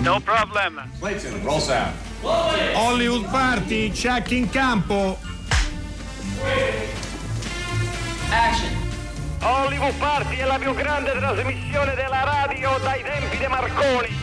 No problem. Clayton, roll sound. Hollywood Party, check in campo. Action. Hollywood Party è la più grande trasmissione della radio dai tempi di Marconi.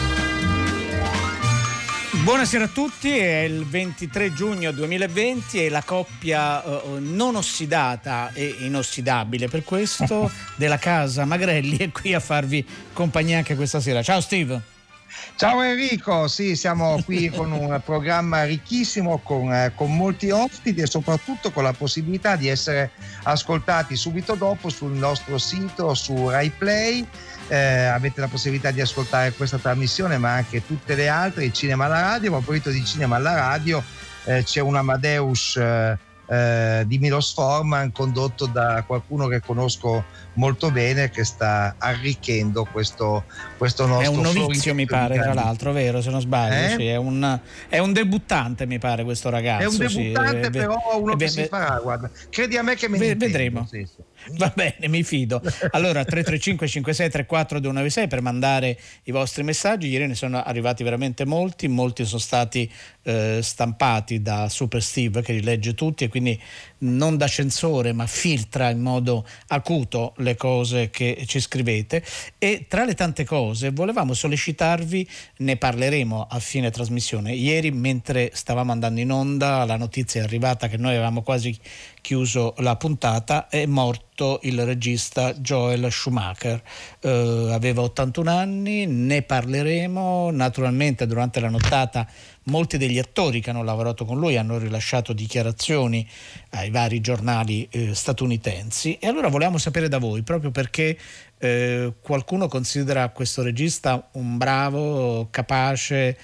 Buonasera a tutti, è il 23 giugno 2020 e la coppia non ossidata e inossidabile per questo della casa Magrelli è qui a farvi compagnia anche questa sera. Ciao Steve. Ciao Enrico, sì, siamo qui con un programma ricchissimo con molti ospiti e soprattutto con la possibilità di essere ascoltati subito dopo sul nostro sito, su Rai Play. Avete la possibilità di ascoltare questa trasmissione ma anche tutte le altre, il cinema alla radio. A proposito di cinema alla radio, c'è un Amadeus di Milos Forman condotto da qualcuno che conosco molto bene, che sta arricchendo questo nostro. È un novizio mi pare, tra l'altro, vero, se non sbaglio. Sì, è un debuttante mi pare questo ragazzo. È un debuttante, sì, però uno che si farà, guarda, credi a me che vedremo. Sì. Va bene, mi fido. Allora 335 56 34 296 per mandare i vostri messaggi. Ieri ne sono arrivati veramente molti sono stati stampati da Super Steve, che li legge tutti e quindi non da censore ma filtra in modo acuto le cose che ci scrivete. E tra le tante cose volevamo sollecitarvi, ne parleremo a fine trasmissione. Ieri mentre stavamo andando in onda la notizia è arrivata che noi avevamo quasi chiuso la puntata, è morto il regista Joel Schumacher, aveva 81 anni, ne parleremo. Naturalmente durante la nottata molti degli attori che hanno lavorato con lui hanno rilasciato dichiarazioni ai vari giornali statunitensi e allora volevamo sapere da voi, proprio perché qualcuno considera questo regista un bravo, capace,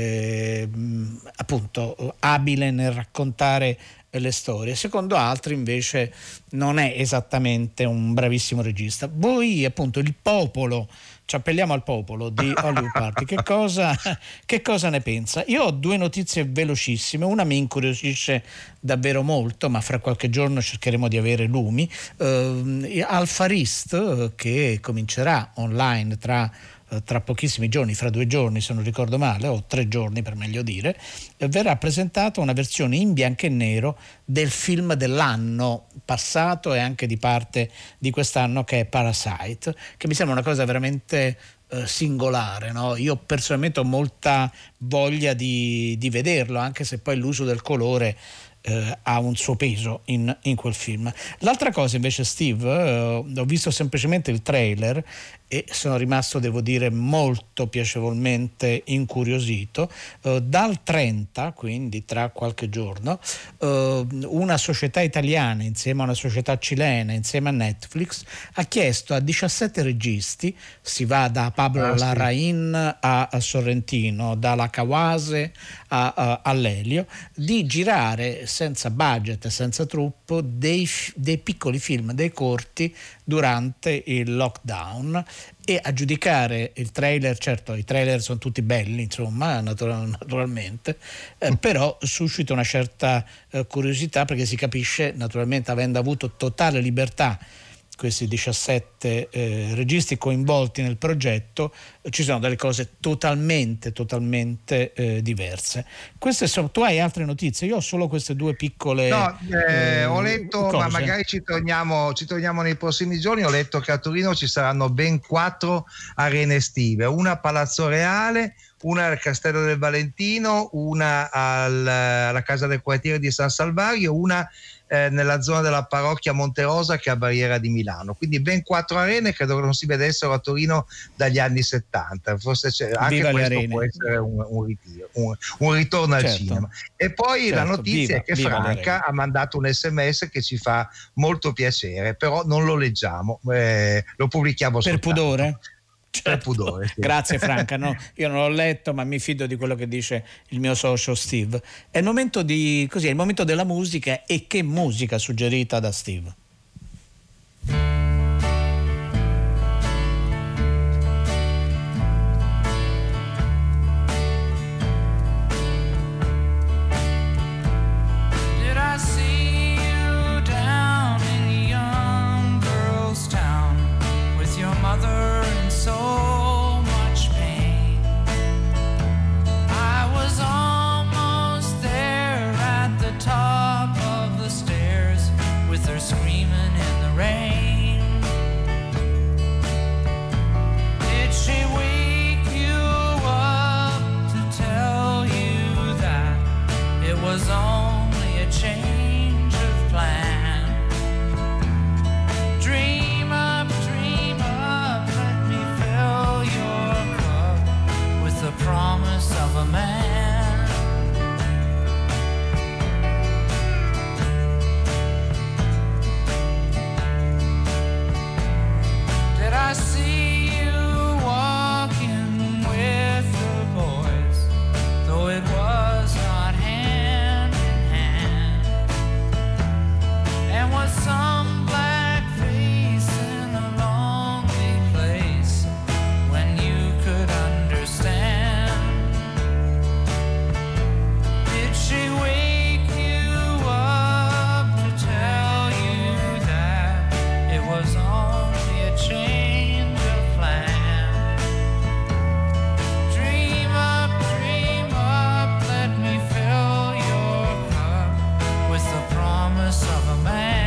appunto abile nel raccontare le storie, secondo altri invece non è esattamente un bravissimo regista. Voi, appunto, il popolo, ci appelliamo al popolo di Hollywood Party, che cosa ne pensa? Io ho due notizie velocissime, una mi incuriosisce davvero molto, ma fra qualche giorno cercheremo di avere lumi. Al Far East, che comincerà online tra pochissimi giorni, fra 2 giorni se non ricordo male, o 3 giorni per meglio dire, verrà presentata una versione in bianco e nero del film dell'anno passato e anche di parte di quest'anno, che è Parasite, che mi sembra una cosa veramente singolare, no? Io personalmente ho molta voglia di vederlo, anche se poi l'uso del colore ha un suo peso in quel film. L'altra cosa invece, Steve, ho visto semplicemente il trailer e sono rimasto, devo dire, molto piacevolmente incuriosito. Dal 30, quindi tra qualche giorno, una società italiana insieme a una società cilena, insieme a Netflix, ha chiesto a 17 registi, si va da Pablo Larraín a Sorrentino, dalla Kawase a Lelio, di girare senza budget, senza truppo, dei piccoli film, dei corti durante il lockdown, e a giudicare il trailer, certo i trailer sono tutti belli, insomma, naturalmente, però suscita una certa curiosità, perché si capisce, naturalmente, avendo avuto totale libertà questi 17 registi coinvolti nel progetto, ci sono delle cose totalmente diverse. Queste sono, tu hai altre notizie? Io ho solo queste due piccole ho letto cose. Ma magari ci torniamo nei prossimi giorni. Ho letto che a Torino ci saranno ben 4 arene estive, una a Palazzo Reale, una al Castello del Valentino, una alla Casa del Quartiere di San Salvario, una nella zona della parrocchia Monterosa, che è a Barriera di Milano. Quindi ben 4 arene, credo che non si vedessero a Torino dagli anni 70. Forse anche questo può essere un ritorno al cinema. E poi la notizia è che Franca ha mandato un SMS che ci fa molto piacere, però non lo leggiamo, lo pubblichiamo per soltanto. Pudore? Per pudore, sì. Grazie Franca, no, io non l'ho letto ma mi fido di quello che dice il mio socio Steve. È il momento è il momento della musica. E che musica suggerita da Steve? a man. Did I see you walking with the boys, though it was not hand in hand? And was some black face in a lonely place when you could understand? Did she wake you up to tell you that it was only a change of plan? Dream up, let me fill your cup with the promise of a man.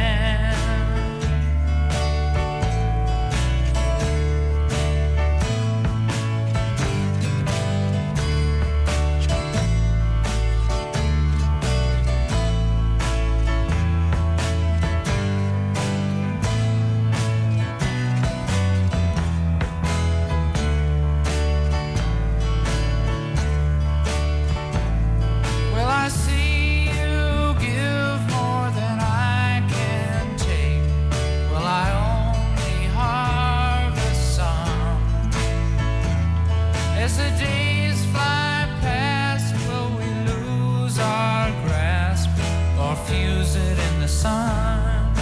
Well, I see you give more than I can take. Well, I only harvest some. As the days fly past, will we lose our grasp or fuse it in the sun?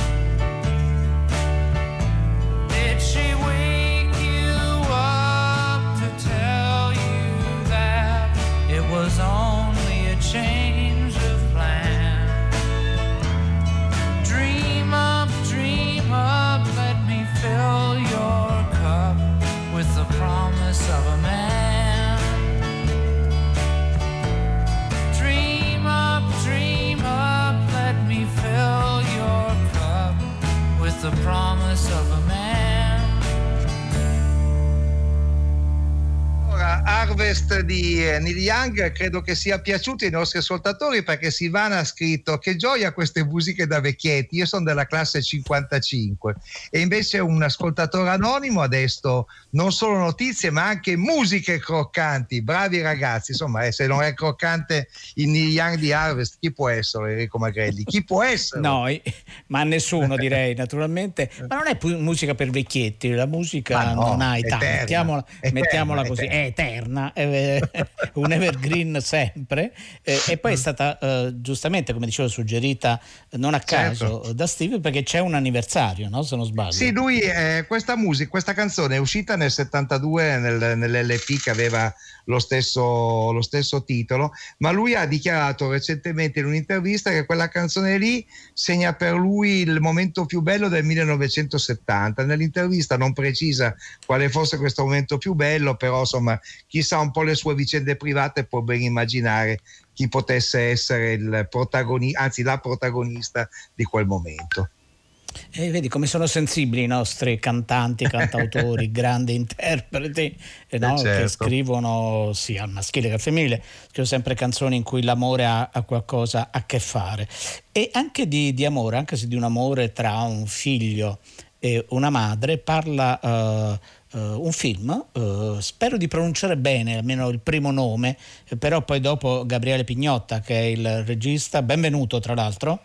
Did she wake you up to tell you that it was only a change of plan? Dream up, let me fill your cup with the promise of a man. Dream up, let me fill your cup with the promise of a man. Ora, Harvest di Neil Young credo che sia piaciuto ai nostri ascoltatori, perché Silvana ha scritto: che gioia queste musiche da vecchietti, io sono della classe 55. E invece un ascoltatore anonimo ha detto non solo notizie ma anche musiche croccanti, bravi ragazzi. Insomma, se non è croccante il Neil Young di Harvest, chi può essere Enrico Magrelli? Chi può essere? Noi, ma nessuno direi naturalmente, ma non è musica per vecchietti, la musica no, non ha età, eterna, mettiamola così, è eterna, è un evergreen sempre, e poi è stata giustamente, come dicevo, suggerita non a caso da Steve, perché c'è un anniversario, no? Se non sbaglio. Sì, lui questa canzone è uscita nel 72 nell'LP che aveva lo stesso titolo, ma lui ha dichiarato recentemente in un'intervista che quella canzone lì segna per lui il momento più bello del 1970. Nell'intervista non precisa quale fosse questo momento più bello, però insomma chi sa un po' le sue vicende private può ben immaginare chi potesse essere il protagonista, anzi la protagonista di quel momento. E vedi come sono sensibili i nostri cantanti, cantautori, grandi interpreti, no? Certo. Che scrivono sia al maschile che al femminile, scrivono sempre canzoni in cui l'amore ha qualcosa a che fare, e anche di amore, anche se di un amore tra un figlio e una madre parla un film, spero di pronunciare bene almeno il primo nome, però poi dopo Gabriele Pignotta, che è il regista, benvenuto tra l'altro.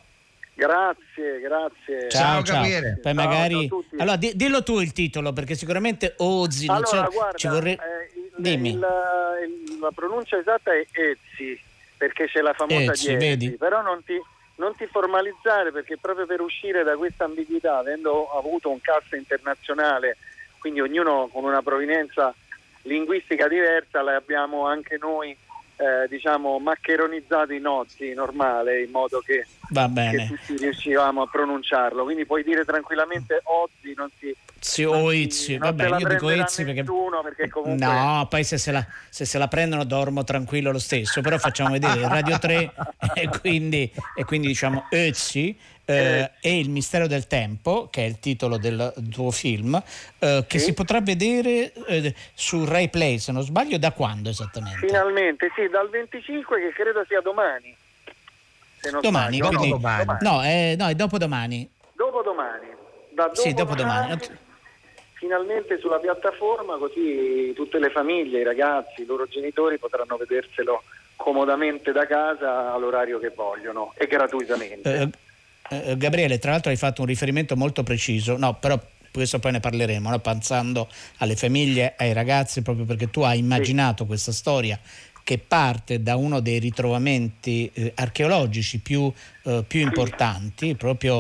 Grazie. Ciao Gabriele. Poi Ciao, magari ciao a tutti. allora dillo tu il titolo, perché sicuramente Ozzy non Allora, c'è, guarda, ci vorrei dimmi. la pronuncia esatta è Ezzi, perché c'è la famosa Ezzi, diesi, vedi? però non ti formalizzare, perché proprio per uscire da questa ambiguità, avendo avuto un cast internazionale, quindi ognuno con una provenienza linguistica diversa, la abbiamo anche noi diciamo maccheronizzato i nozzi normale, in modo che Va bene. che tutti riuscivamo a pronunciarlo, quindi puoi dire tranquillamente Ozzy, non si Sì, o Izzi, non vabbè, se la io dico prenderà Izzi perché comunque no, poi se se la prendono dormo tranquillo lo stesso, però facciamo vedere Radio 3 e quindi diciamo Izzi, e Il mistero del tempo, che è il titolo del tuo film, che si potrà vedere su Rai Play, se non sbaglio, da quando esattamente? finalmente, sì, dal 25, che credo sia domani. Se non Domani, sbaglio. quindi domani. no, è dopodomani. Dopodomani. Da Sì, dopodomani. finalmente sulla piattaforma, così tutte le famiglie, i ragazzi, i loro genitori potranno vederselo comodamente da casa all'orario che vogliono e gratuitamente. Gabriele, tra l'altro hai fatto un riferimento molto preciso, no, però questo poi ne parleremo, no? Pensando alle famiglie, ai ragazzi, proprio perché tu hai immaginato questa storia che parte da uno dei ritrovamenti archeologici più importanti, proprio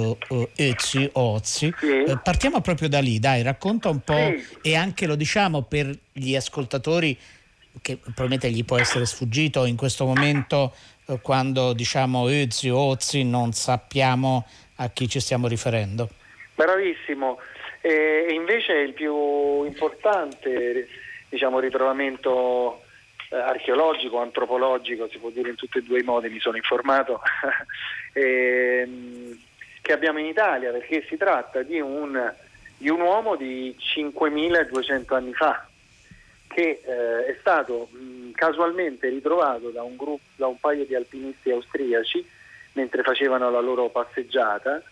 Ötzi. Partiamo proprio da lì, dai, racconta un po', e anche lo diciamo per gli ascoltatori che probabilmente gli può essere sfuggito in questo momento, quando diciamo Ötzi, non sappiamo a chi ci stiamo riferendo. Bravissimo, e invece il più importante, diciamo, ritrovamento archeologico, antropologico, si può dire in tutti e due i modi, mi sono informato, che abbiamo in Italia, perché si tratta di un uomo di 5.200 anni fa, che è stato casualmente ritrovato da un paio di alpinisti austriaci mentre facevano la loro passeggiata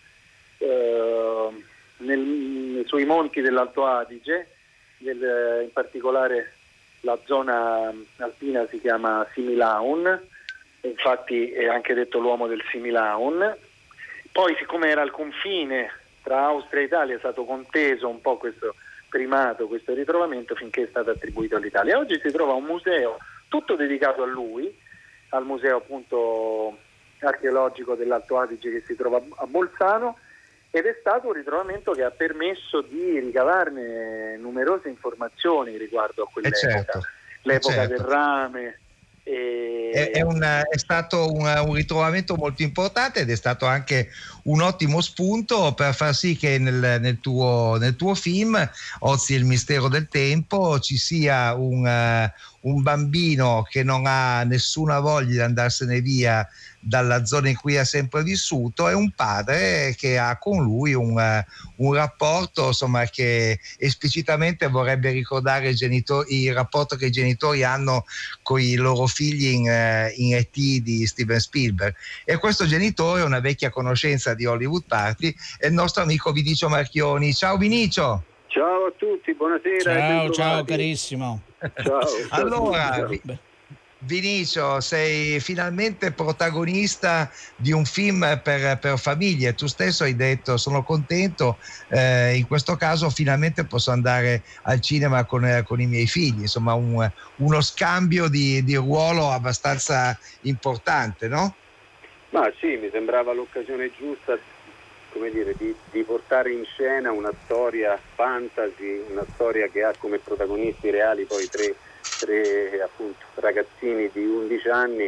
sui monti dell'Alto Adige, in particolare la zona alpina si chiama Similaun, infatti è anche detto l'uomo del Similaun. Poi, siccome era al confine tra Austria e Italia, è stato conteso un po' questo primato, questo ritrovamento, finché è stato attribuito all'Italia. Oggi si trova un museo tutto dedicato a lui, al museo appunto archeologico dell'Alto Adige che si trova a Bolzano, ed è stato un ritrovamento che ha permesso di ricavarne numerose informazioni riguardo a quell'epoca, l'epoca del rame. È stato un ritrovamento molto importante, ed è stato anche un ottimo spunto per far sì che nel tuo film Ötzi e il mistero del tempo ci sia un bambino che non ha nessuna voglia di andarsene via dalla zona in cui ha sempre vissuto, e un padre che ha con lui un rapporto, insomma, che esplicitamente vorrebbe ricordare il rapporto che i genitori hanno con i loro figli in E.T. di Steven Spielberg. E questo genitore è una vecchia conoscenza di Hollywood Party, è il nostro amico Vinicio Marchioni. Ciao Vinicio! Ciao a tutti, buonasera. Ciao carissimo. Ciao. Allora, Vinicio, sei finalmente protagonista di un film per famiglie. Tu stesso hai detto: sono contento, in questo caso finalmente posso andare al cinema con i miei figli. Insomma, uno scambio di ruolo abbastanza importante, no? Ma sì, mi sembrava l'occasione giusta, come dire, di portare in scena una storia fantasy, una storia che ha come protagonisti reali poi tre appunto ragazzini di 11 anni,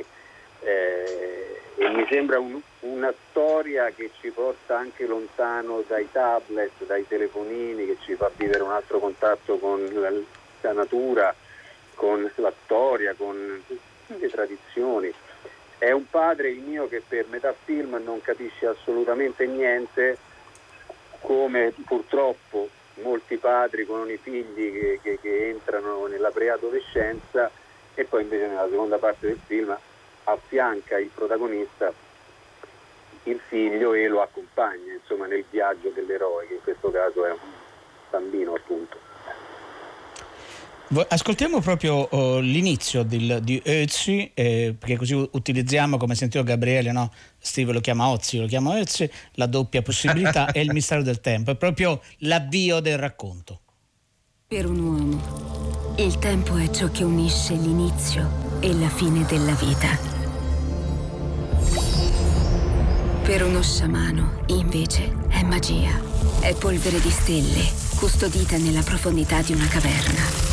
e mi sembra una storia che ci porta anche lontano dai tablet, dai telefonini, che ci fa vivere un altro contatto con la natura, con la storia, con le tradizioni. È un padre, il mio, che per metà film non capisce assolutamente niente, come purtroppo molti padri con i figli che entrano nella preadolescenza, e poi invece nella seconda parte del film affianca il protagonista, il figlio, e lo accompagna, insomma, nel viaggio dell'eroe, che in questo caso è un bambino, appunto. Ascoltiamo proprio l'inizio di Ötzi, perché così utilizziamo, come sentivo Gabriele, no? Steve lo chiama Ötzi, lo chiama Ötzi, la doppia possibilità e il mistero del tempo. È proprio l'avvio del racconto. Per un uomo, il tempo è ciò che unisce l'inizio e la fine della vita. Per uno sciamano, invece, è magia. È polvere di stelle, custodita nella profondità di una caverna.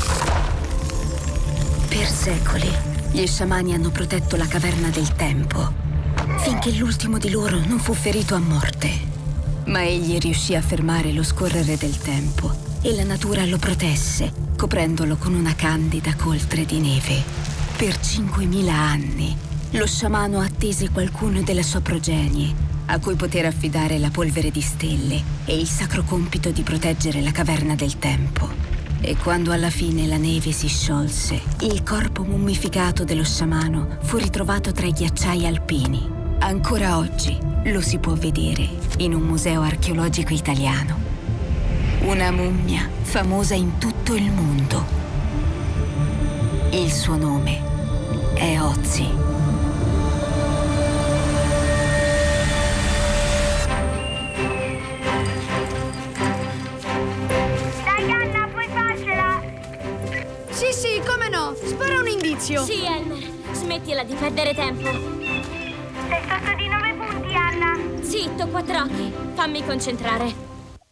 Per secoli, gli sciamani hanno protetto la caverna del tempo, finché l'ultimo di loro non fu ferito a morte. Ma egli riuscì a fermare lo scorrere del tempo, e la natura lo protesse, coprendolo con una candida coltre di neve. Per 5.000 anni, lo sciamano attese qualcuno della sua progenie, a cui poter affidare la polvere di stelle e il sacro compito di proteggere la caverna del tempo. E quando alla fine la neve si sciolse, il corpo mummificato dello sciamano fu ritrovato tra i ghiacciai alpini. Ancora oggi lo si può vedere in un museo archeologico italiano. Una mummia famosa in tutto il mondo. Il suo nome è Ozzy. Dai Anna, puoi farcela! Sì, come no? Spara un indizio. Sì, Elmer, smettila di perdere tempo. Sei sotto di 9 punti, Anna. Zitto, quattro occhi. Fammi concentrare.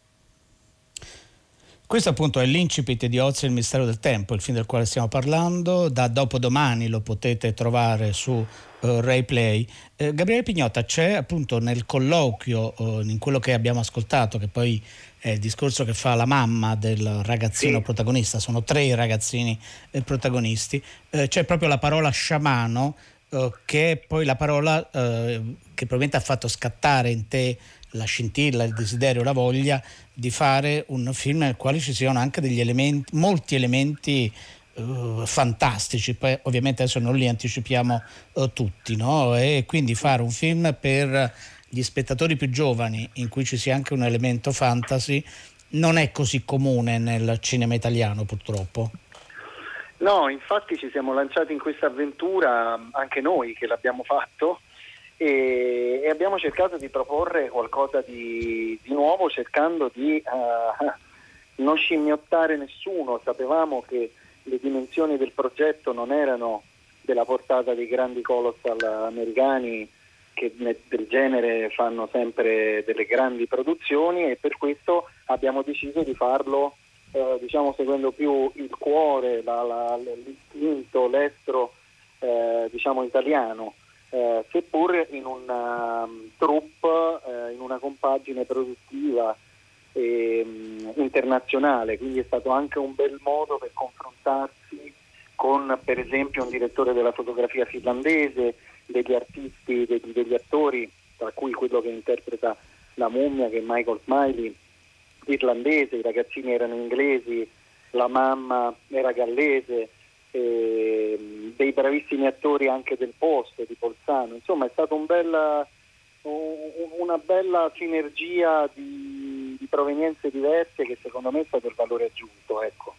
Questo appunto è l'incipit di Ozzy e il mistero del tempo, il film del quale stiamo parlando. Da dopodomani lo potete trovare su Rai Play. Gabriele Pignotta, c'è appunto nel colloquio, in quello che abbiamo ascoltato, che poi è il discorso che fa la mamma del ragazzino protagonista, sono 3 i ragazzini protagonisti, c'è proprio la parola sciamano, che è poi la parola che probabilmente ha fatto scattare in te la scintilla, il desiderio, la voglia di fare un film nel quale ci siano anche degli elementi, molti elementi fantastici. Poi ovviamente adesso non li anticipiamo tutti, no? E quindi fare un film per gli spettatori più giovani in cui ci sia anche un elemento fantasy non è così comune nel cinema italiano, purtroppo. No, infatti ci siamo lanciati in questa avventura anche noi che l'abbiamo fatto e abbiamo cercato di proporre qualcosa di nuovo, cercando di non scimmiottare nessuno. Sapevamo che le dimensioni del progetto non erano della portata dei grandi colossal americani che del genere fanno sempre delle grandi produzioni, e per questo abbiamo deciso di farlo diciamo seguendo più il cuore, l'istinto, l'estro diciamo italiano, seppur in una troupe, in una compagine produttiva internazionale, quindi è stato anche un bel modo per confrontarsi con, per esempio, un direttore della fotografia finlandese, degli artisti, degli attori, tra cui quello che interpreta la mummia, che è Michael Smiley, irlandese, i ragazzini erano inglesi, la mamma era gallese, dei bravissimi attori anche del posto, di Bolzano. Insomma, è stata una bella sinergia di provenienze diverse che secondo me è stato il valore aggiunto, ecco.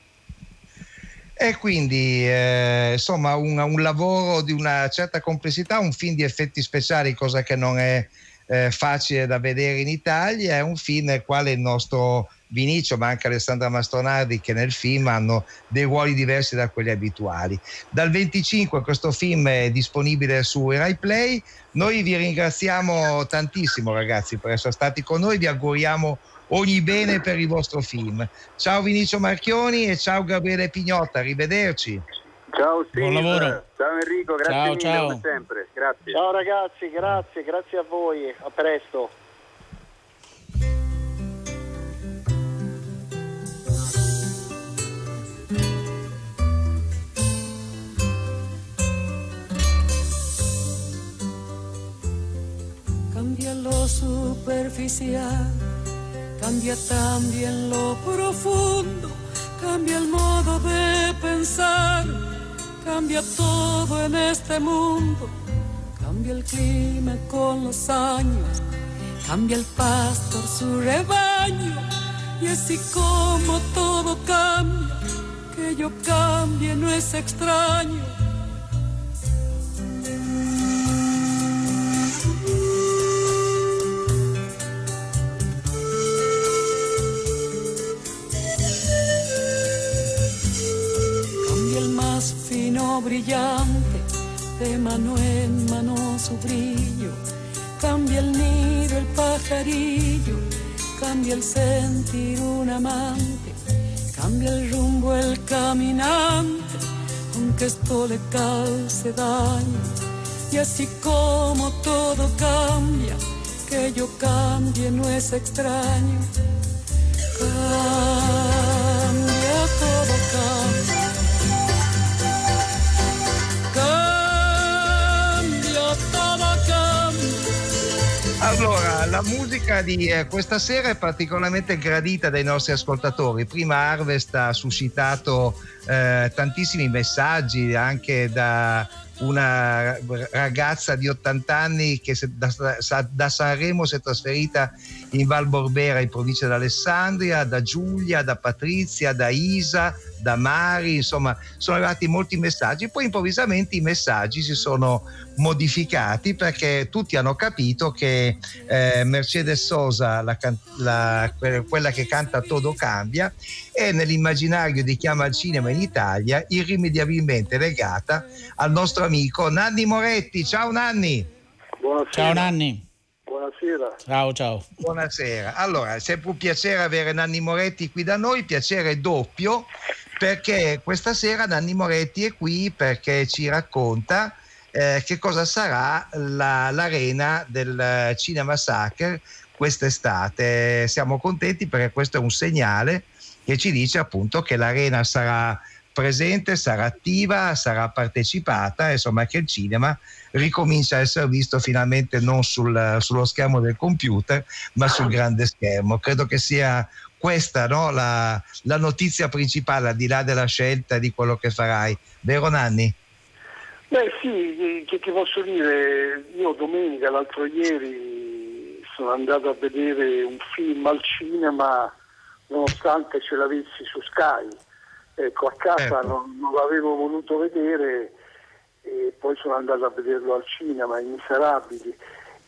E quindi insomma un lavoro di una certa complessità, un film di effetti speciali, cosa che non è facile da vedere in Italia. È un film nel quale il nostro Vinicio, ma anche Alessandra Mastronardi, che nel film hanno dei ruoli diversi da quelli abituali. Dal 25 questo film è disponibile su Rai Play. Noi vi ringraziamo tantissimo, ragazzi, per essere stati con noi. Vi auguriamo ogni bene per il vostro film. Ciao Vinicio Marchioni e ciao Gabriele Pignotta, arrivederci. Ciao Steve. Buon lavoro. Ciao Enrico, grazie mille ciao. come sempre. Grazie. Ciao ragazzi, grazie a voi, a presto. Cambia lo superficial, cambia también lo profundo, cambia el modo de pensar, cambia todo en este mundo, cambia el clima con los años, cambia el pastor su rebaño, y así como todo cambia, que yo cambie no es extraño. Brillante, de mano en mano su brillo, cambia el nido, el pajarillo, cambia el sentir un amante, cambia el rumbo el caminante, aunque esto le cause daño, y así como todo cambia, que yo cambie no es extraño. Cambia, todo cambia. Allora, la musica di questa sera è particolarmente gradita dai nostri ascoltatori. Prima Harvest ha suscitato tantissimi messaggi anche da una ragazza di 80 anni che da Sanremo si è trasferita in Val Borbera, in provincia di Alessandria, da Giulia, da Patrizia, da Isa, da Mari, insomma sono arrivati molti messaggi. Poi improvvisamente i messaggi si sono modificati perché tutti hanno capito che Mercedes Sosa, quella che canta Todo Cambia, è nell'immaginario di chi ama il cinema in Italia irrimediabilmente legata al nostro amico Nanni Moretti. Ciao Nanni. Buonasera. Ciao Nanni. Buonasera. Ciao. Buonasera. Allora, è sempre un piacere avere Nanni Moretti qui da noi, piacere doppio, perché questa sera Nanni Moretti è qui perché ci racconta che cosa sarà l'arena del Cinema Sacre quest'estate. Siamo contenti perché questo è un segnale che ci dice appunto che l'arena sarà presente, sarà attiva, sarà partecipata, insomma che il cinema ricomincia a essere visto finalmente non sullo schermo del computer ma sul grande schermo. Credo che sia questa, no, la notizia principale, al di là della scelta di quello che farai, vero Nanni? Beh sì, che ti posso dire, io domenica, l'altro ieri, sono andato a vedere un film al cinema nonostante ce l'avessi su Sky. Ecco, a casa non l'avevo voluto vedere e poi sono andato a vederlo al cinema, I Miserabili.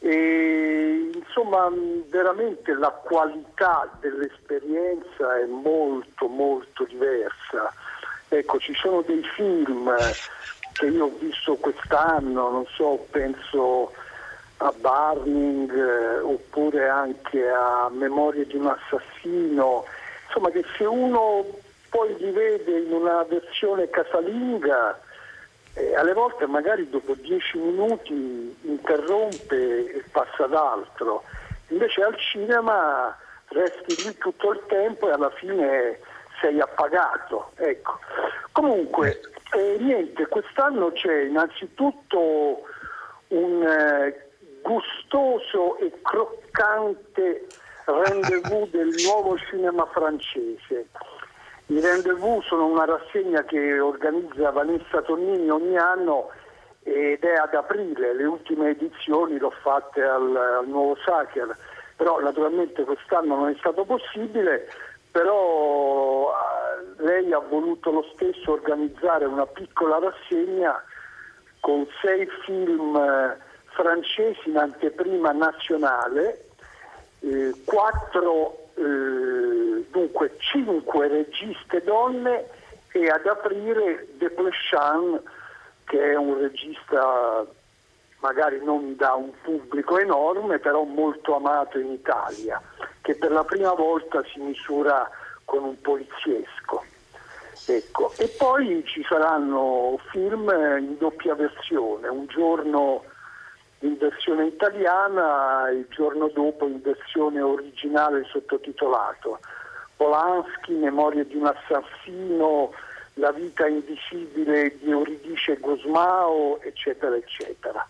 E insomma veramente la qualità dell'esperienza è molto molto diversa. Ecco, ci sono dei film che io ho visto quest'anno, non so, penso a Burning oppure anche a Memorie di un assassino, insomma, che se uno poi li vede in una versione casalinga, alle volte magari dopo 10 minuti interrompe e passa ad altro, invece al cinema resti lì tutto il tempo e alla fine sei appagato. Ecco. Comunque niente, quest'anno c'è innanzitutto un gustoso e croccante rendezvous del nuovo cinema francese. I rendezvous sono una rassegna che organizza Vanessa Tonnini ogni anno ed è ad aprile. Le ultime edizioni l'ho fatte al nuovo Sacher, però naturalmente quest'anno non è stato possibile, però lei ha voluto lo stesso organizzare una piccola rassegna con 6 film francesi in anteprima nazionale, 5 registe donne e ad aprire Desplechin, che è un regista magari non da un pubblico enorme, però molto amato in Italia, che per la prima volta si misura con un poliziesco. Ecco. E poi ci saranno film in doppia versione, un giorno in versione italiana, il giorno dopo in versione originale sottotitolato. Polanski, Memorie di un assassino, La vita invisibile di Euridice Gusmao, eccetera, eccetera.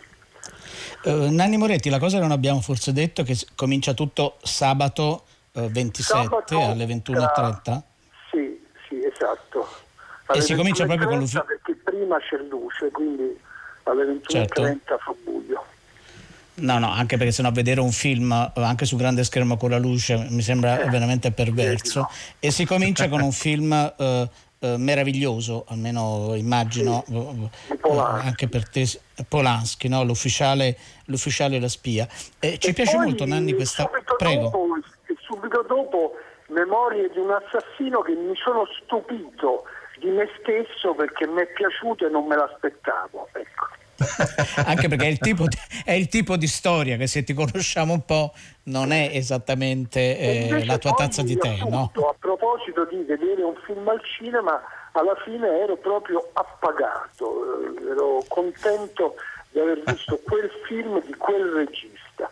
Nanni Moretti, la cosa che non abbiamo forse detto è che comincia tutto sabato 27 alle 21:30? Sì, esatto. E si comincia proprio con l'ufficio. Perché prima c'è luce, quindi alle 21:30 fa buio. No, anche perché sennò vedere un film anche su grande schermo con la luce mi sembra veramente perverso. No. E si comincia con un film meraviglioso, almeno immagino, anche per te, Polanski, no? L'ufficiale e la spia. Ci piace molto, Nanni, questa. Prego. Subito dopo Memorie di un assassino, che mi sono stupito di me stesso perché mi è piaciuto e non me l'aspettavo. Ecco. Anche perché è il tipo di storia che, se ti conosciamo un po', non è esattamente la tua tazza di tè, no? A proposito di vedere un film al cinema, alla fine ero proprio appagato, ero contento di aver visto quel film di quel regista.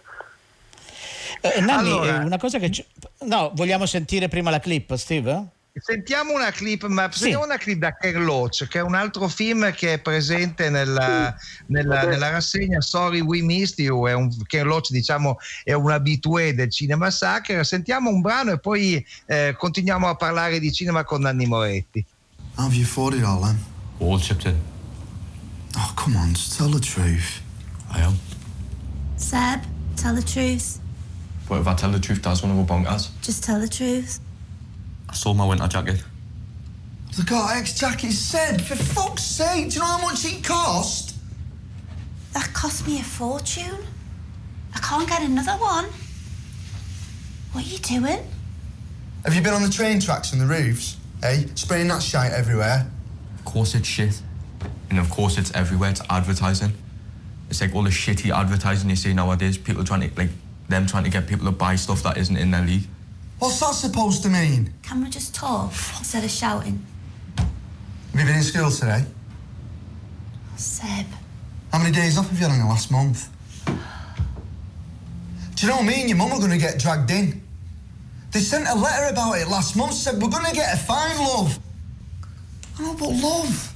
Nanni, una cosa che vogliamo sentire prima la clip, Steve? Sentiamo una clip, una clip da Kerloch, che è un altro film che è presente nella rassegna Sorry We Missed You. Kerloch, diciamo, è un habitué del Cinema Sacre. Sentiamo un brano e poi continuiamo a parlare di cinema con Nanni Moretti. How have you fought it all, then? All chipped in. Oh, Come on, just tell the truth. I am. Seb, tell the truth. What if I tell the truth? That's one of our bonkers. Just tell the truth. I sold my winter jacket. The Gore-Tex jacket, Seb, for fuck's sake, do you know how much it cost? That cost me a fortune. I can't get another one. What are you doing? Have you been on the train tracks and the roofs? Eh? Spraying that shite everywhere? Of course it's shit. And of course it's everywhere. It's advertising. It's like all the shitty advertising you see nowadays. People trying to get people to buy stuff that isn't in their league. What's that supposed to mean? Can we just talk instead of shouting? Have you been in school today? Seb. How many days off have you had in the last month? Do you know me and your mum are going to get dragged in? They sent a letter about it last month, said we're going to get a fine, love. Oh, but love.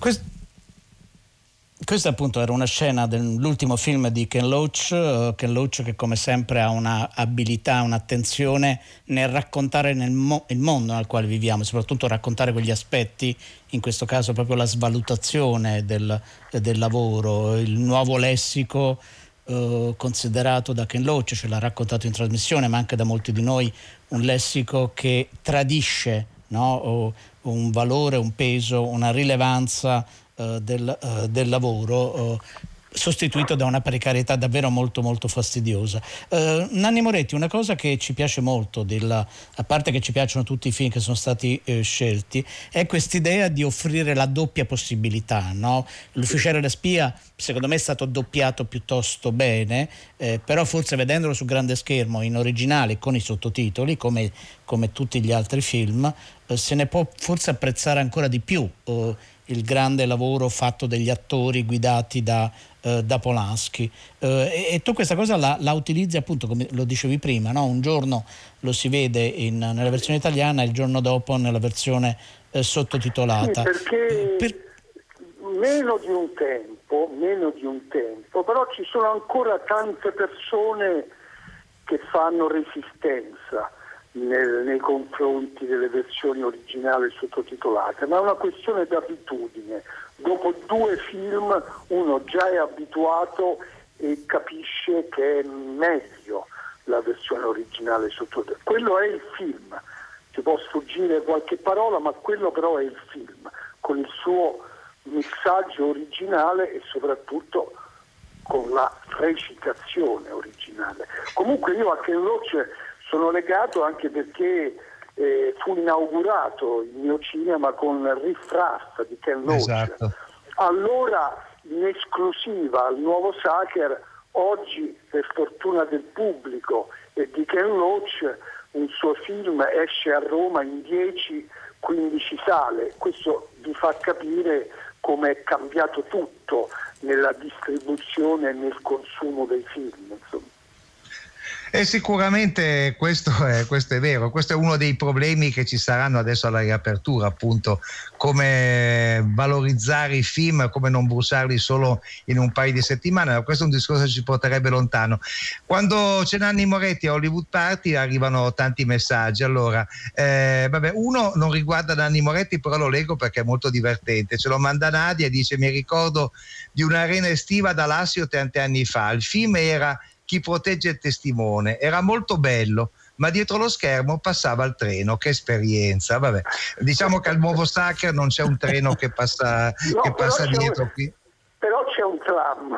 Questa appunto era una scena dell'ultimo film di Ken Loach che come sempre ha una abilità, un'attenzione nel raccontare il mondo nel quale viviamo, soprattutto raccontare quegli aspetti, in questo caso proprio la svalutazione del lavoro, il nuovo lessico considerato da Ken Loach, ce l'ha raccontato in trasmissione, ma anche da molti di noi, un lessico che tradisce, no? Un valore, un peso, una rilevanza del lavoro, sostituito da una precarietà davvero molto molto fastidiosa. Nanni Moretti, una cosa che ci piace molto, a parte che ci piacciono tutti i film che sono stati scelti, è quest'idea di offrire la doppia possibilità, no? L'Ufficiale e la spia secondo me è stato doppiato piuttosto bene, però forse vedendolo su grande schermo in originale con i sottotitoli come tutti gli altri film, se ne può forse apprezzare ancora di più il grande lavoro fatto degli attori guidati da Polanski, e tu questa cosa la utilizzi appunto come lo dicevi prima, no? Un giorno lo si vede nella versione italiana e il giorno dopo nella versione sottotitolata. Sì, perché meno di un tempo, però ci sono ancora tante persone che fanno resistenza nei confronti delle versioni originali sottotitolate, ma è una questione di abitudine. Dopo 2 film uno già è abituato e capisce che è meglio la versione originale sottotitolata. Quello è il film, ci può sfuggire qualche parola, ma quello però è il film, con il suo messaggio originale e soprattutto con la recitazione originale. Comunque io a Ken Loach sono legato anche perché fu inaugurato il mio cinema con Riff Raff di Ken Loach. Esatto. Allora in esclusiva al Nuovo Sacher, oggi per fortuna del pubblico e di Ken Loach, un suo film esce a Roma in 10-15 sale. Questo vi fa capire come è cambiato tutto nella distribuzione e nel consumo dei film, insomma. E sicuramente questo è vero, questo è uno dei problemi che ci saranno adesso alla riapertura, appunto, come valorizzare i film, come non bruciarli solo in un paio di settimane, ma questo è un discorso che ci porterebbe lontano. Quando c'è Nanni Moretti a Hollywood Party arrivano tanti messaggi, allora uno non riguarda Nanni Moretti, però lo leggo perché è molto divertente, ce lo manda Nadia e dice: mi ricordo di un'arena estiva da Lassio tanti anni fa, il film era Chi protegge il testimone, era molto bello, ma dietro lo schermo passava il treno. Che esperienza. Vabbè, diciamo che al Nuovo Sacher non c'è un treno che passa dietro qui. Però c'è un tram.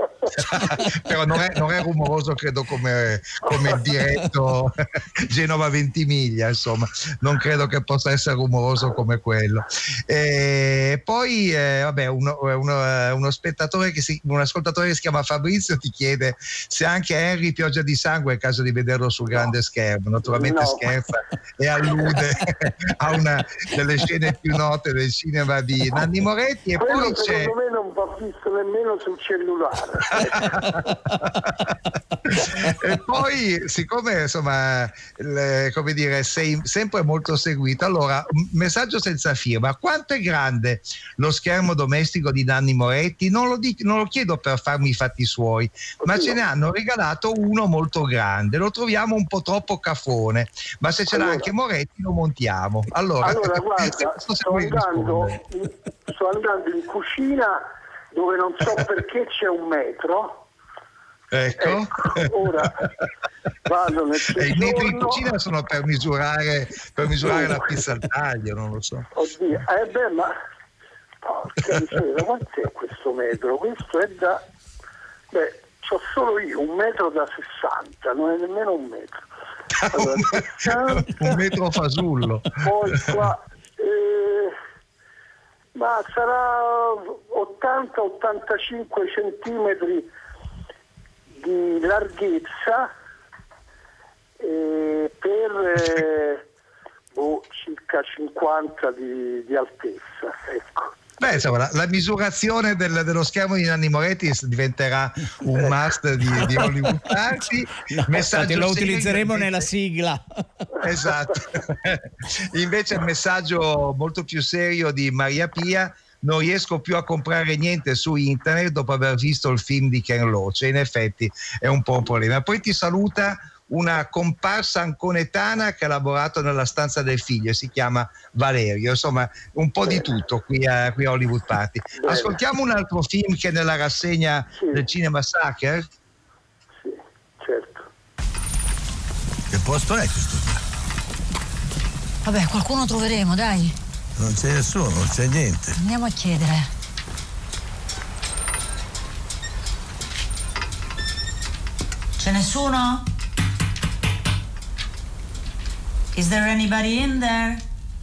Però non è rumoroso, credo, come il diretto Genova-Ventimiglia, insomma, non credo che possa essere rumoroso come quello. Poi un ascoltatore che si chiama Fabrizio ti chiede se anche Henry Pioggia di sangue è il caso di vederlo sul grande schermo. Naturalmente scherza e allude a una delle scene più note del cinema di Nanni Moretti. E quello poi c'è, secondo me non va visto nemmeno sul cellulare. E poi, siccome insomma come dire, sei sempre molto seguito, allora un messaggio senza firma: quanto è grande lo schermo domestico di Nanni Moretti? Non lo chiedo per farmi i fatti suoi, ma ce ne hanno regalato uno molto grande, lo troviamo un po' troppo cafone, ma se ce l'ha anche Moretti lo montiamo. Allora guarda, sto andando in cucina dove non so perché c'è un metro. Ecco. Ora vado nel e i metri in cucina sono per misurare la pizza al taglio, non lo so. Oddio, ma porca miseria, quant'è questo metro? Questo è da... c'ho solo io un metro da 60, non è nemmeno un metro. Allora, 60, un metro fasullo. Poi qua ma sarà 80-85 centimetri di larghezza per circa 50 di altezza, ecco. Beh, insomma, la misurazione dello schermo di Nanni Moretti diventerà un must di Hollywood Party. Messaggio lo utilizzeremo nella sigla. Esatto. Invece il messaggio molto più serio di Maria Pia: non riesco più a comprare niente su internet dopo aver visto il film di Ken Loach. In effetti è un po' un problema. Poi ti saluta una comparsa anconetana che ha lavorato nella stanza del figlio, si chiama Valerio. Insomma, un po' di tutto qui a Hollywood Party. Ascoltiamo un altro film che è nella rassegna del Cinema Sucker. Sì, certo. Che posto è questo qua? Vabbè, qualcuno troveremo, dai. Non c'è nessuno, non c'è niente. Andiamo a chiedere. C'è nessuno? Is there anybody in there?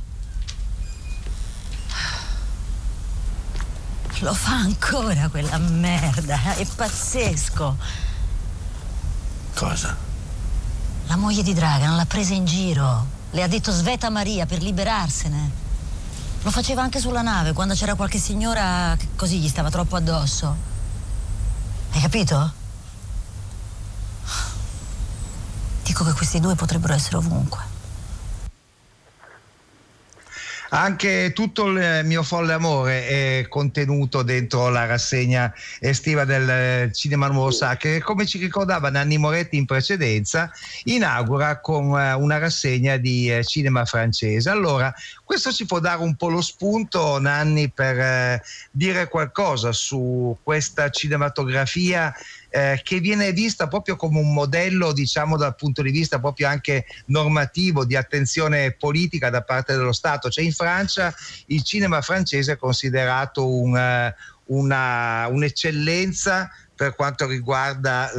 Lo fa ancora quella merda, è pazzesco. Cosa? La moglie di Dragan l'ha presa in giro. Le ha detto Sveta Maria per liberarsene. Lo faceva anche sulla nave quando c'era qualche signora che così gli stava troppo addosso. Hai capito? Dico che questi due potrebbero essere ovunque. Anche tutto il mio folle amore è contenuto dentro la rassegna estiva del Cinema Nuovo Sacro, che, come ci ricordava Nanni Moretti in precedenza, inaugura con una rassegna di cinema francese. Allora, questo ci può dare un po' lo spunto, Nanni, per dire qualcosa su questa cinematografia che viene vista proprio come un modello, diciamo, dal punto di vista proprio anche normativo, di attenzione politica da parte dello Stato. Cioè, in Francia il cinema francese è considerato un'eccellenza per quanto riguarda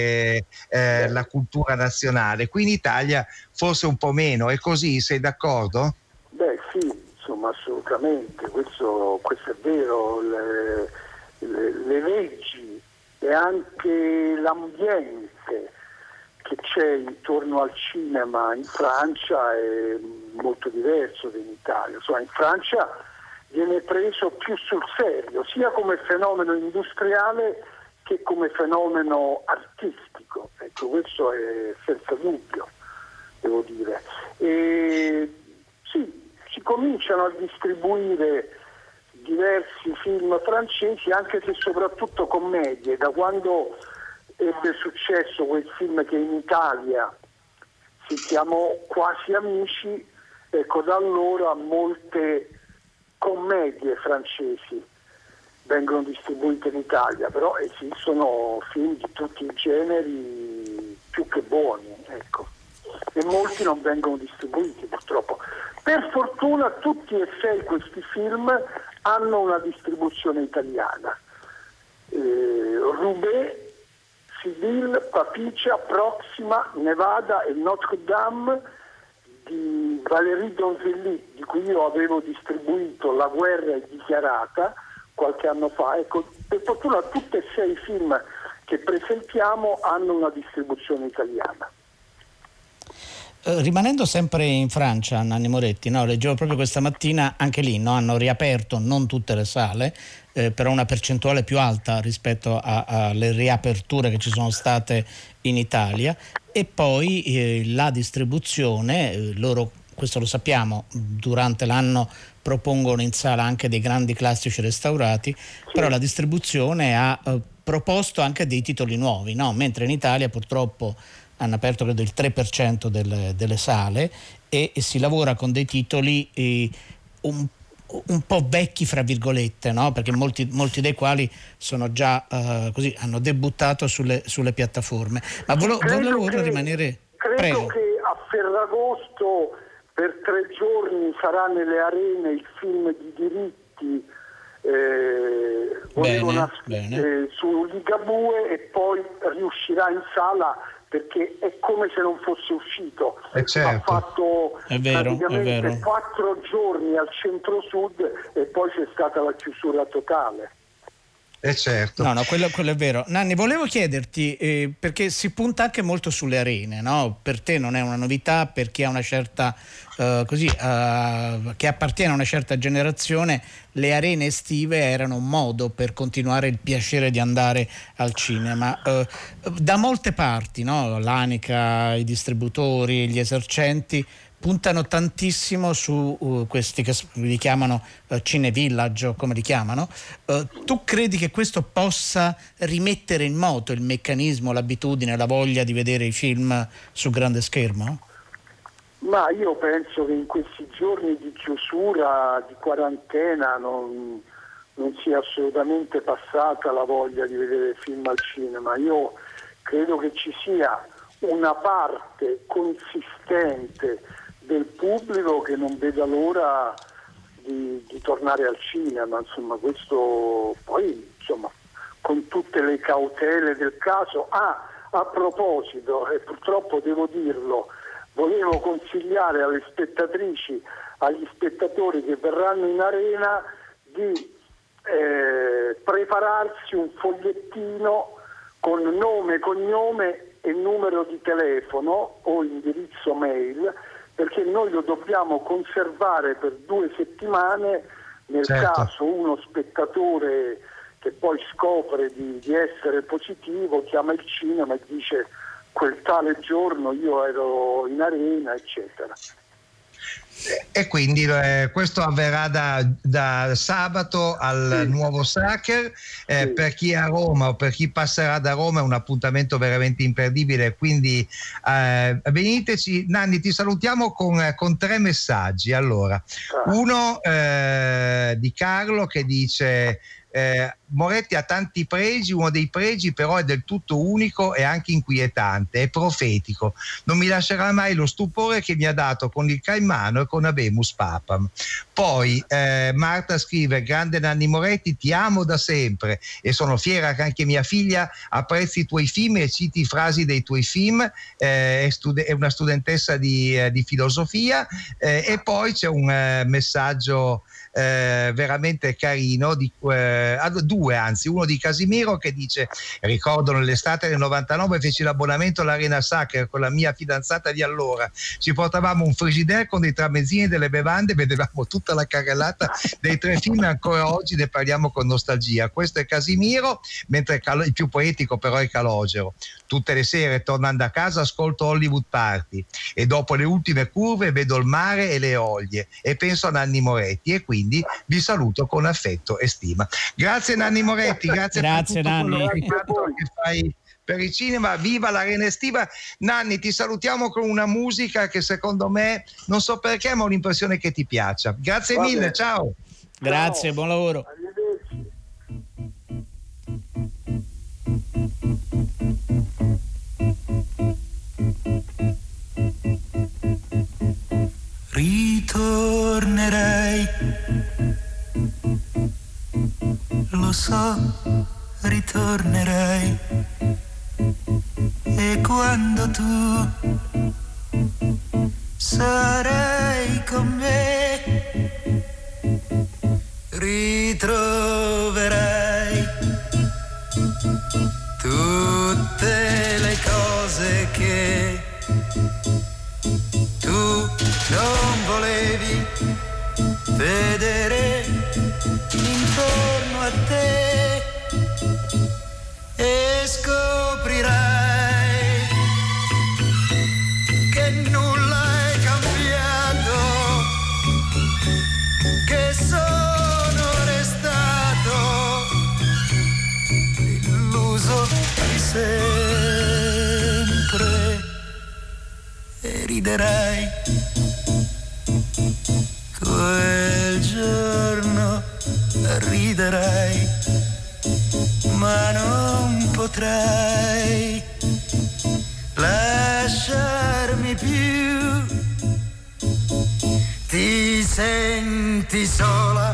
la cultura nazionale. Qui in Italia forse un po' meno. È così, sei d'accordo? Beh sì, insomma, assolutamente, questo è vero. Le leggi e anche l'ambiente che c'è intorno al cinema in Francia è molto diverso che in Italia. Insomma, in Francia viene preso più sul serio, sia come fenomeno industriale che come fenomeno artistico. Ecco, questo è senza dubbio, devo dire. E sì, si cominciano a distribuire diversi film francesi, anche se soprattutto commedie. Da quando ebbe successo quel film che in Italia si chiamò Quasi Amici, ecco, da allora molte commedie francesi vengono distribuite in Italia, però esistono film di tutti i generi più che buoni, ecco, e molti non vengono distribuiti purtroppo. Per fortuna tutti e 6 questi film hanno una distribuzione italiana. Roubaix, Sibylle, Papicia, Proxima, Nevada e Notre Dame di Valérie Donzelli, di cui io avevo distribuito La guerra è dichiarata qualche anno fa. Ecco, per fortuna tutti e 6 i film che presentiamo hanno una distribuzione italiana. Rimanendo sempre in Francia, Nanni Moretti, no? Leggevo proprio questa mattina, anche lì hanno riaperto non tutte le sale, però una percentuale più alta rispetto alle riaperture che ci sono state in Italia, e poi la distribuzione, loro, questo lo sappiamo, durante l'anno propongono in sala anche dei grandi classici restaurati, sì. Però la distribuzione ha proposto anche dei titoli nuovi, no? Mentre in Italia purtroppo hanno aperto credo il 3% delle sale e si lavora con dei titoli un po' vecchi fra virgolette, no? Perché molti dei quali sono già così, hanno debuttato sulle piattaforme. Ma volevo rimanere... Credo che a Ferragosto per 3 giorni sarà nelle arene il film di diritti su Ligabue, e poi riuscirà in sala perché è come se non fosse uscito. Certo. Ha fatto praticamente 4 giorni al centro-sud e poi c'è stata la chiusura totale. Certo. No, quello è vero. Nanni, volevo chiederti, perché si punta anche molto sulle arene, no? Per te non è una novità, per chi ha una certa che appartiene a una certa generazione, le arene estive erano un modo per continuare il piacere di andare al cinema. Da molte parti, no? L'Anica, i distributori, gli esercenti puntano tantissimo su questi che li chiamano Cine Village, o come li chiamano. Tu credi che questo possa rimettere in moto il meccanismo, l'abitudine, la voglia di vedere i film su grande schermo? Ma io penso che in questi giorni di chiusura, di quarantena, non sia assolutamente passata la voglia di vedere film al cinema. Io credo che ci sia una parte consistente del pubblico che non veda l'ora di tornare al cinema, insomma, questo poi, insomma, con tutte le cautele del caso. A proposito, e purtroppo devo dirlo, volevo consigliare alle spettatrici, agli spettatori che verranno in arena di prepararsi un fogliettino con nome, cognome e numero di telefono o indirizzo mail, perché noi lo dobbiamo conservare per 2 settimane nel caso uno spettatore che poi scopre di essere positivo chiama il cinema e dice quel tale giorno io ero in arena, eccetera. E quindi questo avverrà da sabato al Nuovo Sacher. Per chi è a Roma o per chi passerà da Roma è un appuntamento veramente imperdibile, quindi veniteci. Nanni, ti salutiamo con 3 messaggi. Allora, uno di Carlo che dice: Moretti ha tanti pregi, uno dei pregi però è del tutto unico e anche inquietante, è profetico, non mi lascerà mai lo stupore che mi ha dato con il Caimano e con Habemus Papam. Poi Marta scrive: grande Nanni Moretti, ti amo da sempre e sono fiera che anche mia figlia apprezzi i tuoi film e citi frasi dei tuoi film, è una studentessa di filosofia. E poi c'è un messaggio veramente carino due, anzi, uno di Casimiro che dice: ricordo nell'estate del 99 feci l'abbonamento all'Arena Sacher con la mia fidanzata di allora, ci portavamo un frigidaire con dei tramezzini e delle bevande, vedevamo tutta la carrellata dei 3 film e ancora oggi ne parliamo con nostalgia. Questo è Casimiro, mentre il più poetico però è Calogero: tutte le sere tornando a casa ascolto Hollywood Party e dopo le ultime curve vedo il mare e le Eolie e penso a Nanni Moretti, e quindi vi saluto con affetto e stima. Grazie Nanni Moretti, grazie per tutto quello che fai per il cinema. Viva l'Arena Estiva. Nanni, ti salutiamo con una musica che secondo me, non so perché, ma ho l'impressione che ti piaccia. Grazie mille, ciao. Grazie, buon lavoro. Ritornerei, lo so, ritornerei, e quando tu sarai con me ritroverai tutte le cose che tu non volevi vedere intorno a te, e scoprirai che nulla è cambiato, che sono restato illuso di sempre, e riderai quel giorno. riderai, ma non potrai lasciarmi più. Ti senti sola?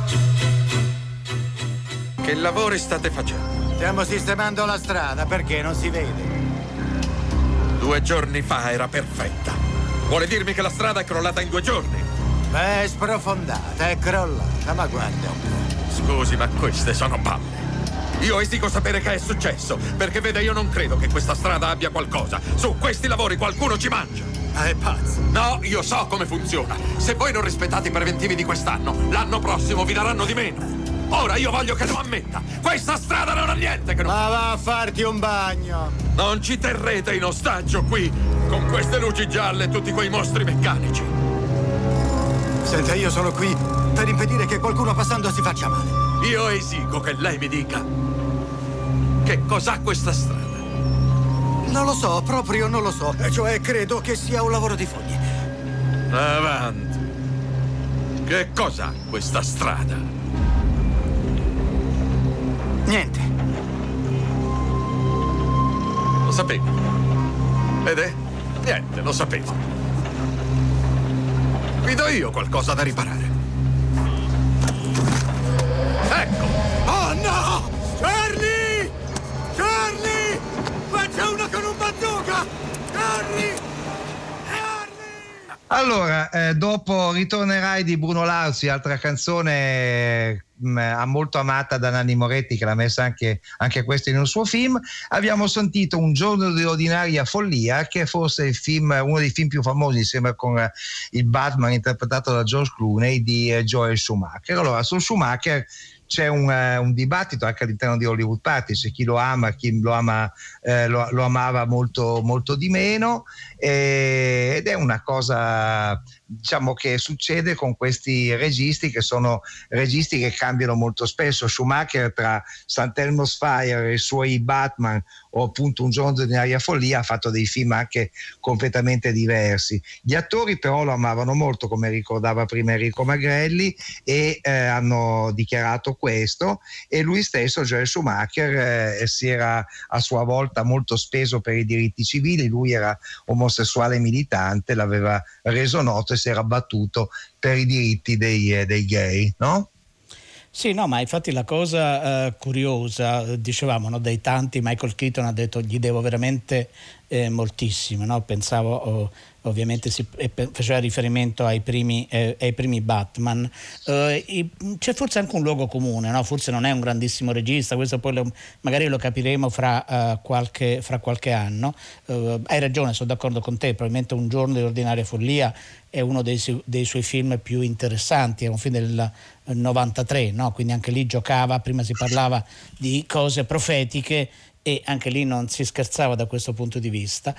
Che lavori state facendo? Stiamo sistemando la strada, perché non si vede? 2 giorni fa era perfetta. Vuole dirmi che la strada è crollata in 2 giorni? Beh, è sprofondata, è crollata, ma guarda un po'. Scusi, ma queste sono balle. Io esigo sapere che è successo, perché vede, io non credo che questa strada abbia qualcosa. Su questi lavori qualcuno ci mangia. È pazzo. No, io so come funziona. Se voi non rispettate i preventivi di quest'anno, l'anno prossimo vi daranno di meno. Ora io voglio che lo ammetta. Questa strada non ha niente che non... Ma va a farti un bagno. Non ci terrete in ostaggio qui, con queste luci gialle e tutti quei mostri meccanici. Senta, io sono qui per impedire che qualcuno passando si faccia male. Io esigo che lei mi dica che cos'ha questa strada. Non lo so, proprio non lo so. Cioè, credo che sia un lavoro di fogli. Avanti. Che cos'ha questa strada? Niente. Lo sapevo. Vede? Niente, lo sapevo. Vi do io qualcosa da riparare. Ecco! Oh no! Charlie! Charlie! Faccia una con un bazooka! Charlie! Allora, dopo Ritornerai di Bruno Lauzi, altra canzone molto amata da Nanni Moretti, che l'ha messa anche questo in un suo film, abbiamo sentito Un giorno di ordinaria follia, che è forse uno dei film più famosi, insieme con il Batman interpretato da George Clooney, di Joel Schumacher. Allora, su Schumacher c'è un dibattito anche all'interno di Hollywood Party, se chi lo ama, chi lo amava molto, molto di meno, ed è una cosa, diciamo, che succede con questi registi, che sono registi che cambiano molto spesso. Schumacher, tra Sant'Elmo's Fire e i suoi Batman o appunto Un giorno di ordinaria follia, ha fatto dei film anche completamente diversi. Gli attori però lo amavano molto, come ricordava prima Enrico Magrelli, e hanno dichiarato questo, e lui stesso, Joel Schumacher, si era a sua volta molto speso per i diritti civili. Lui era omosessuale militante, l'aveva reso noto e si era battuto per i diritti dei gay, no? Sì, no, ma infatti la cosa curiosa, dicevamo, no, dei tanti, Michael Keaton ha detto gli devo veramente moltissimo, no? Pensavo ovviamente faceva riferimento ai primi Batman. C'è forse anche un luogo comune, no? Forse non è un grandissimo regista, questo poi magari lo capiremo fra qualche anno. Hai ragione, sono d'accordo con te, probabilmente Un giorno di ordinaria follia è uno dei suoi film più interessanti, è un film del 93, no? Quindi anche lì giocava, prima si parlava di cose profetiche e anche lì non si scherzava da questo punto di vista,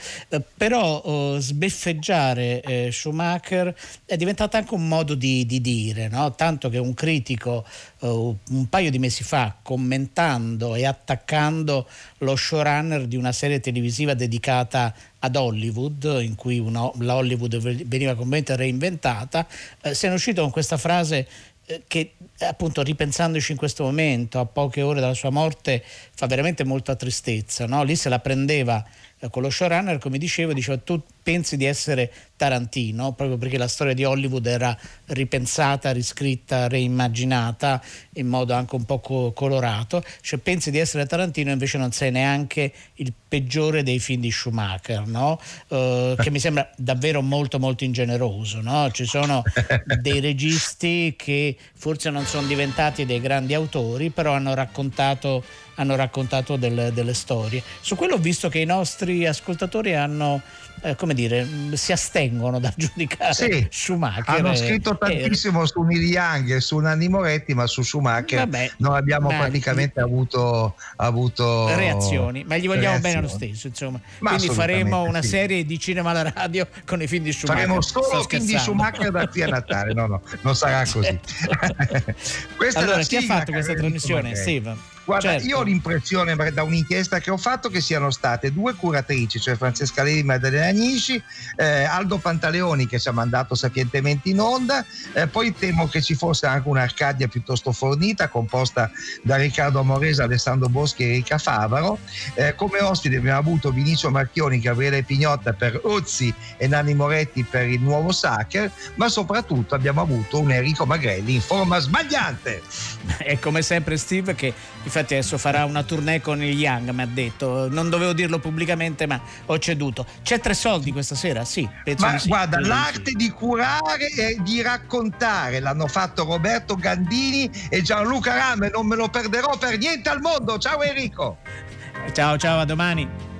però sbeffeggiare Schumacher è diventato anche un modo di dire, no? Tanto che un critico un paio di mesi fa, commentando e attaccando lo showrunner di una serie televisiva dedicata ad Hollywood, in cui la Hollywood veniva completamente reinventata, se ne è uscito con questa frase che, appunto, ripensandoci in questo momento, a poche ore dalla sua morte, fa veramente molta tristezza, no? Lì se la prendeva con lo showrunner, come diceva, tu pensi di essere Tarantino, proprio perché la storia di Hollywood era ripensata, riscritta, reimmaginata in modo anche un po' colorato, cioè pensi di essere Tarantino, invece non sei neanche il peggiore dei film di Schumacher, no? Che mi sembra davvero molto molto ingeneroso, no? Ci sono dei registi che forse non sono diventati dei grandi autori, però hanno raccontato delle storie. Su quello ho visto che i nostri ascoltatori hanno si astengono dal giudicare Schumacher. Hanno scritto tantissimo su Neil Young e su Nanni Moretti, ma su Schumacher non abbiamo praticamente avuto reazioni, ma gli vogliamo bene lo stesso, insomma. Quindi faremo una serie di cinema alla radio con i film di Schumacher. Faremo solo film di Schumacher da qui a Natale. No, non sarà così. Allora, chi ha fatto questa trasmissione? Steve? Guarda, certo. io ho l'impressione da un'inchiesta che ho fatto che siano state 2 curatrici, cioè Francesca Levi e Maddalena Agnisci, Aldo Pantaleoni che ci ha mandato sapientemente in onda, poi temo che ci fosse anche un'Arcadia piuttosto fornita composta da Riccardo Amorese, Alessandro Boschi e Erika Favaro. Come ospiti abbiamo avuto Vinicio Marchioni, Gabriele Pignotta per Ozzi e Nanni Moretti per il nuovo Sacher, ma soprattutto abbiamo avuto un Enrico Magrelli in forma sbagliante. È come sempre Steve che infatti adesso farà una tournée con il Young, mi ha detto, non dovevo dirlo pubblicamente ma ho ceduto. C'è 3 soldi questa sera? Sì, penso di sì. Guarda, l'arte di curare e di raccontare l'hanno fatto Roberto Gandini e Gianluca Rame, non me lo perderò per niente al mondo. Ciao Enrico. Ciao, a domani.